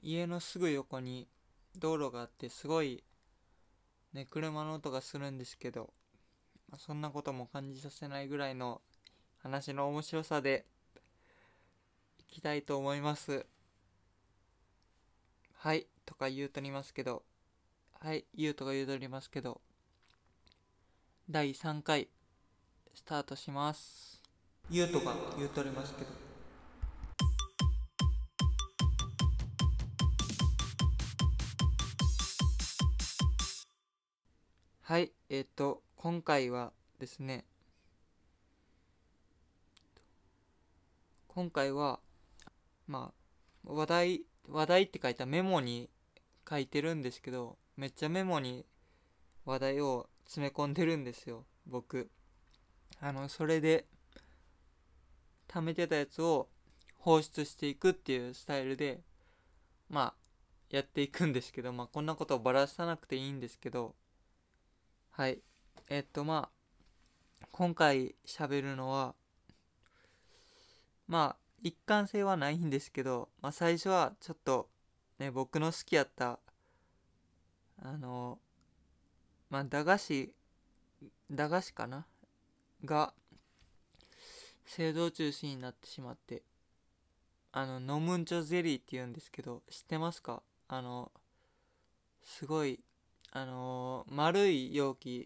家のすぐ横に道路があってすごいね、車の音がするんですけど、そんなことも感じさせないぐらいの話の面白さでいきたいと思います。はいとか言うとりますけど、はい言うとか言うとりますけど、第3回スタートします。言うとか言うとりますけど、はい、今回はですね、今回はま話題って書いたメモに書いてるんですけど、めっちゃメモに話題を詰め込んでるんですよ、僕。それで貯めてたやつを放出していくっていうスタイルで、まあ、やっていくんですけど、こんなことをばらさなくていいんですけど、はい。今回喋るのは、一貫性はないんですけど、最初はちょっと、ね、僕の好きやった、あの、駄菓子かなが、製造中止になってしまって、ノムンチョゼリーって言うんですけど、知ってますか？すごい、丸い容器、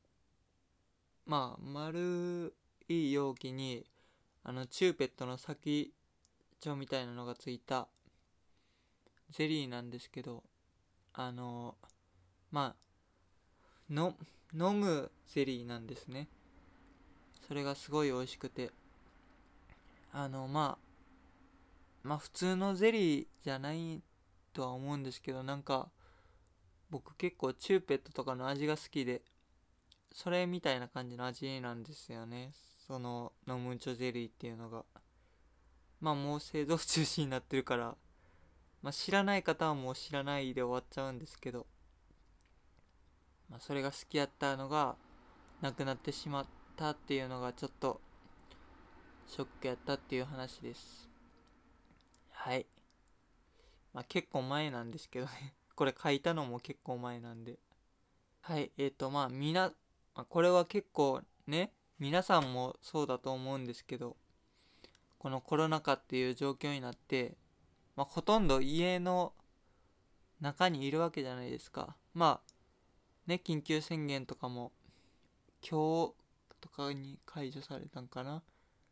丸い容器に、チューペットの先っちょみたいなのがついたゼリーなんですけど、あのまあ、飲むゼリーなんですね。それがすごい美味しくて、あの、ま普通のゼリーじゃないとは思うんですけど、僕結構チューペットとかの味が好きで、それみたいな感じの味なんですよね。そのノムンチョゼリーっていうのが。もう製造中止になってるから、知らない方はもう知らないで終わっちゃうんですけど、それが好きやったのがなくなってしまったっていうのがちょっとショックやったっていう話です。はい。結構前なんですけどね。これ書いたのも結構前なんで。はい。これは結構ね、皆さんもそうだと思うんですけど、このコロナ禍っていう状況になって、ほとんど家の中にいるわけじゃないですか。ね、緊急宣言とかも今日とかに解除されたんかな。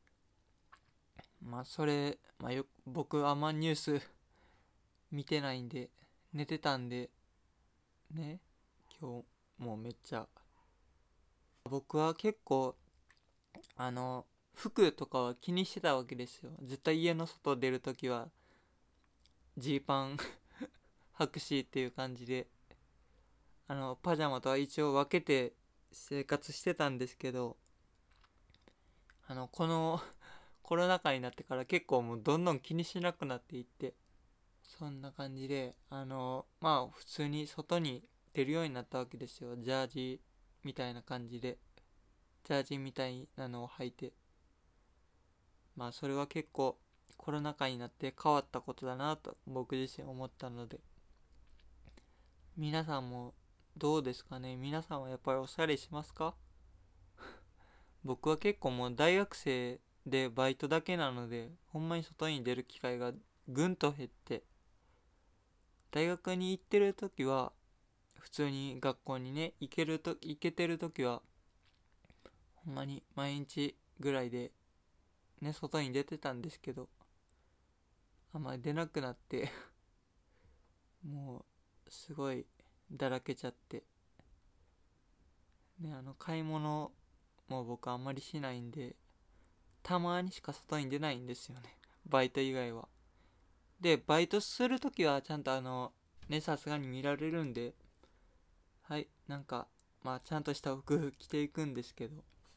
それ、僕あんまニュース見てないんで、寝てたんで、ね、今日もうめっちゃ。僕は結構、あの、服とかは気にしてたわけですよ。絶対家の外出るときは、ジーパン履くしっていう感じで、パジャマとは一応分けて生活してたんですけど、このコロナ禍になってから結構もうどんどん気にしなくなっていって、そんな感じで、普通に外に出るようになったわけですよ。ジャージみたいな感じで。ジャージみたいなのを履いて。それは結構コロナ禍になって変わったことだなと僕自身思ったので、皆さんもどうですかね？皆さんはやっぱりおしゃれしますか？僕は結構もう大学生でバイトだけなので、ほんまに外に出る機会がぐんと減って、大学に行ってる時は普通に学校にね行けてる時はほんまに毎日ぐらいでね外に出てたんですけど、あんまり出なくなってもうすごいだらけちゃってね、買い物も僕あんまりしないんで、たまにしか外に出ないんですよね、バイト以外は。でバイトするときはちゃんとね、さすがに見られるんで、はい、ちゃんとした服着ていくんですけど、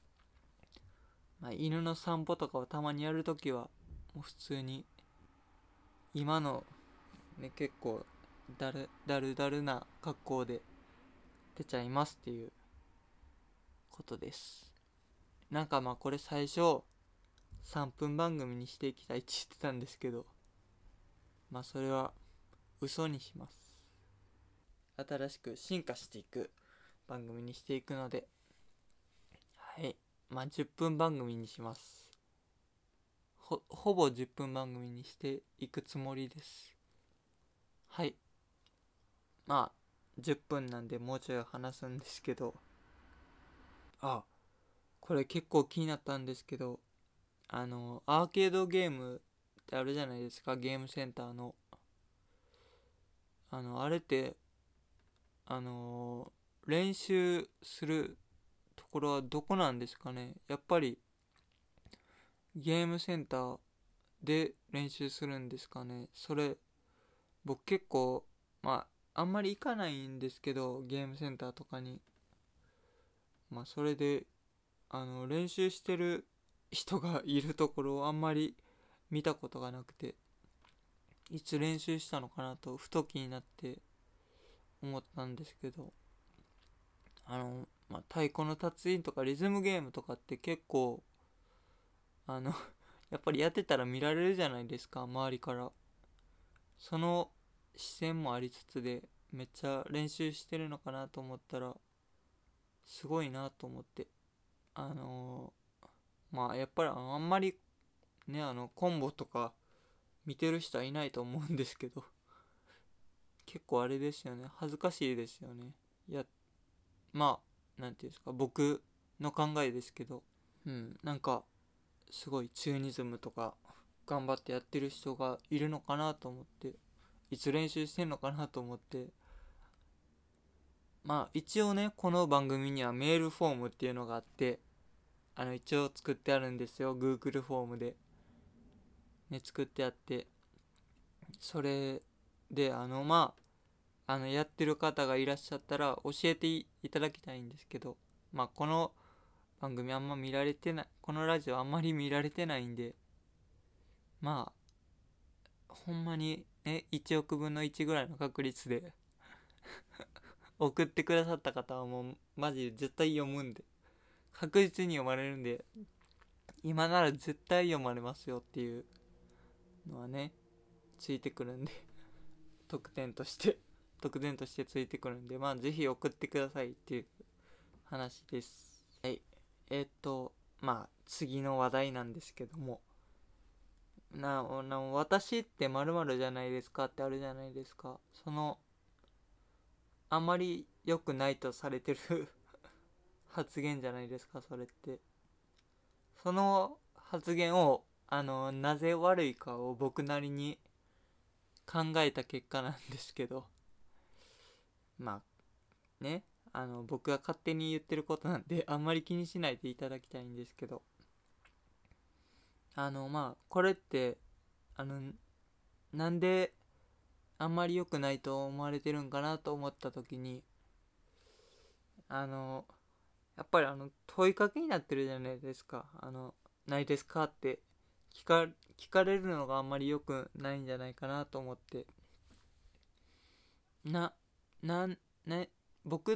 犬の散歩とかをたまにやるときはもう普通に今のね、結構だるな格好で出ちゃいますっていうことです。これ最初3分番組にしていきたいって言ってたんですけど、それは嘘にします。新しく進化していく番組にしていくので、はい、10分番組にします。ほぼ10分番組にしていくつもりです。はい、10分なんでもうちょい話すんですけど、これ結構気になったんですけど、アーケードゲームってあるじゃないですか、ゲームセンターの。あれって、練習するところはどこなんですかね。やっぱりゲームセンターで練習するんですかね。それ、僕結構、あんまり行かないんですけど、ゲームセンターとかに。それで、練習してる人がいるところをあんまり見たことがなくて、いつ練習したのかなとふと気になって思ったんですけど、太鼓の達人とかリズムゲームとかって結構あのやっぱりやってたら見られるじゃないですか、周りから。その視線もありつつで、めっちゃ練習してるのかなと思ったら、すごいなと思って。やっぱりあんまりね、コンボとか見てる人はいないと思うんですけど、結構あれですよね、恥ずかしいですよね。いや、なんていうんですか、僕の考えですけど、なんかすごいチューニズムとか頑張ってやってる人がいるのかなと思って、いつ練習してんのかなと思って。一応ね、この番組にはメールフォームっていうのがあって、一応作ってあるんですよ、 Google フォームでね、作ってあって、それでやってる方がいらっしゃったら教えていただきたいんですけど、この番組あんま見られてない、このラジオあんまり見られてないんで、ほんまにね、1億分の1ぐらいの確率で送ってくださった方はもうマジで絶対読むんで、確実に読まれるんで、今なら絶対読まれますよっていうのはね、ついてくるんで、特典として特典としてついてくるんで、ぜひ送ってくださいっていう話です。はい。次の話題なんですけども、私って〇〇じゃないですかってあるじゃないですか。あんまり良くないとされてる発言じゃないですか、それって。その発言を、なぜ悪いかを僕なりに考えた結果なんですけど、まあね、僕が勝手に言ってることなんで、あんまり気にしないでいただきたいんですけど、これって、あの、なんであんまり良くないと思われてるんかなと思った時に、やっぱり問いかけになってるじゃないですか。ないですかって聞か、聞かれるのがあんまり良くないんじゃないかなと思って。な、なん、ね、僕って、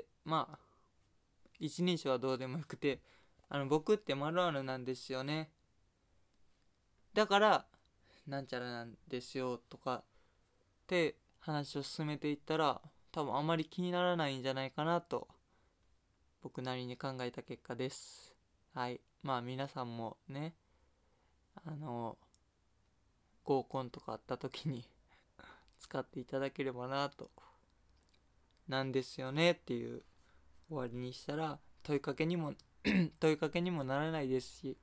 一人称はどうでもよくて、僕って〇〇なんですよね。だから、なんちゃらなんですよとかって話を進めていったら、多分あまり気にならないんじゃないかなと、僕なりに考えた結果です。はい。皆さんもね、あの、合コンとかあった時に使っていただければなと。なんですよねっていう終わりにしたら、問いかけにも問いかけにもならないですし、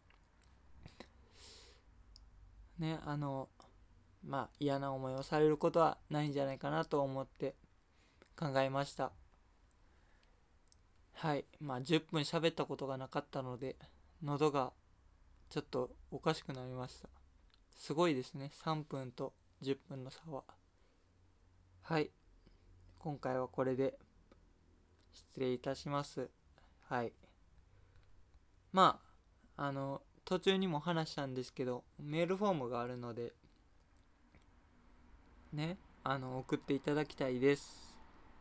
ね、嫌な思いをされることはないんじゃないかなと思って考えました。はい。10分喋ったことがなかったので、喉がちょっとおかしくなりました。すごいですね、3分と10分の差は。はい。今回はこれで失礼いたします。はい。途中にも話したんですけど、メールフォームがあるので、ね、送っていただきたいです。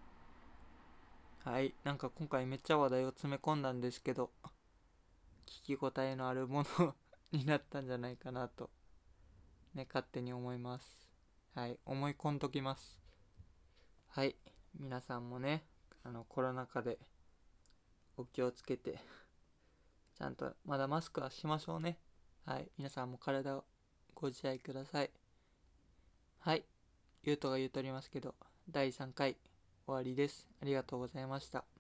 はい。今回めっちゃ話題を詰め込んだんですけど、聞き応えのあるものになったんじゃないかなと、ね、勝手に思います。 はい、思い込んときます。はい、皆さんもね、コロナ禍でお気をつけて、ちゃんとまだマスクはしましょうね。はい、皆さんも体をご自愛ください。はい、ゆうとが言うとりますけど、第3回終わりです。ありがとうございました。